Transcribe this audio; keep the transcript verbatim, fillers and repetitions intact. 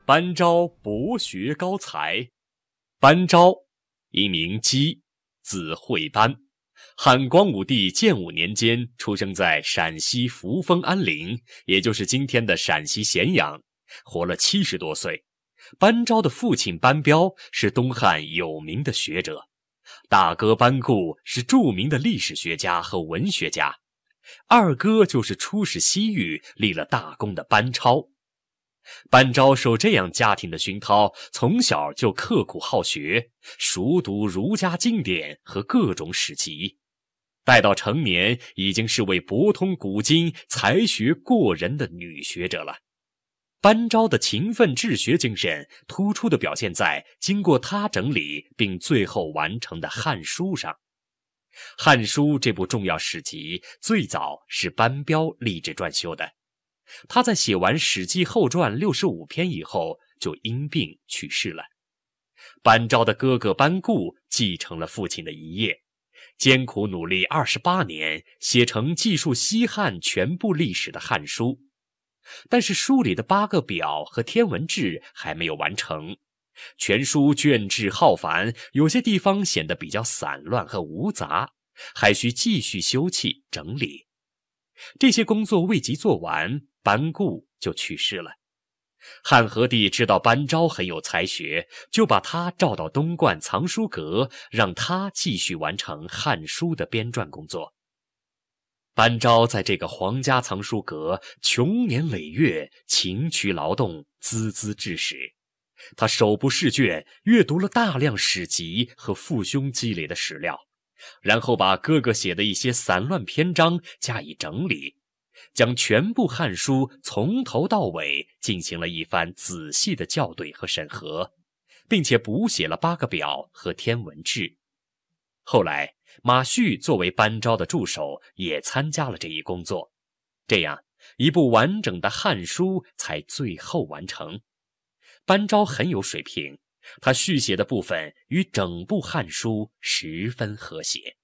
班昭博学高才。班昭，一名姬，字惠班，汉光武帝建武年间出生在陕西扶风安陵，也就是今天的陕西咸阳，活了七十多岁。班昭的父亲班彪是东汉有名的学者，大哥班固是著名的历史学家和文学家，二哥就是出使西域立了大功的班超。班昭受这样家庭的熏陶，从小就刻苦好学，熟读儒家经典和各种史籍。待到成年，已经是位博通古今、才学过人的女学者了。班昭的勤奋治学精神突出地表现在经过他整理并最后完成的《汉书》上。《汉书》这部重要史籍最早是班彪立志撰修的，他在写完《史记后传》六十五篇以后就因病去世了。班昭的哥哥班固继承了父亲的遗业，艰苦努力二十八年，写成记述西汉全部历史的《汉书》。但是书里的八个表和天文志还没有完成，全书卷帙浩繁，有些地方显得比较散乱和无杂，还需继续修葺整理。这些工作未及做完，班固就去世了。汉和帝知道班昭很有才学，就把他召到东观藏书阁，让他继续完成《汉书》的编撰工作。班昭在这个皇家藏书阁穷年累月，勤渠劳动，孜孜致史。他手不释卷，阅读了大量史籍和父兄积累的史料，然后把哥哥写的一些散乱篇章加以整理，将全部《汉书》从头到尾进行了一番仔细的校对和审核，并且补写了八个表和天文志。后来马旭作为班昭的助手，也参加了这一工作，这样一部完整的《汉书》才最后完成。班昭很有水平，他续写的部分与整部《汉书》十分和谐。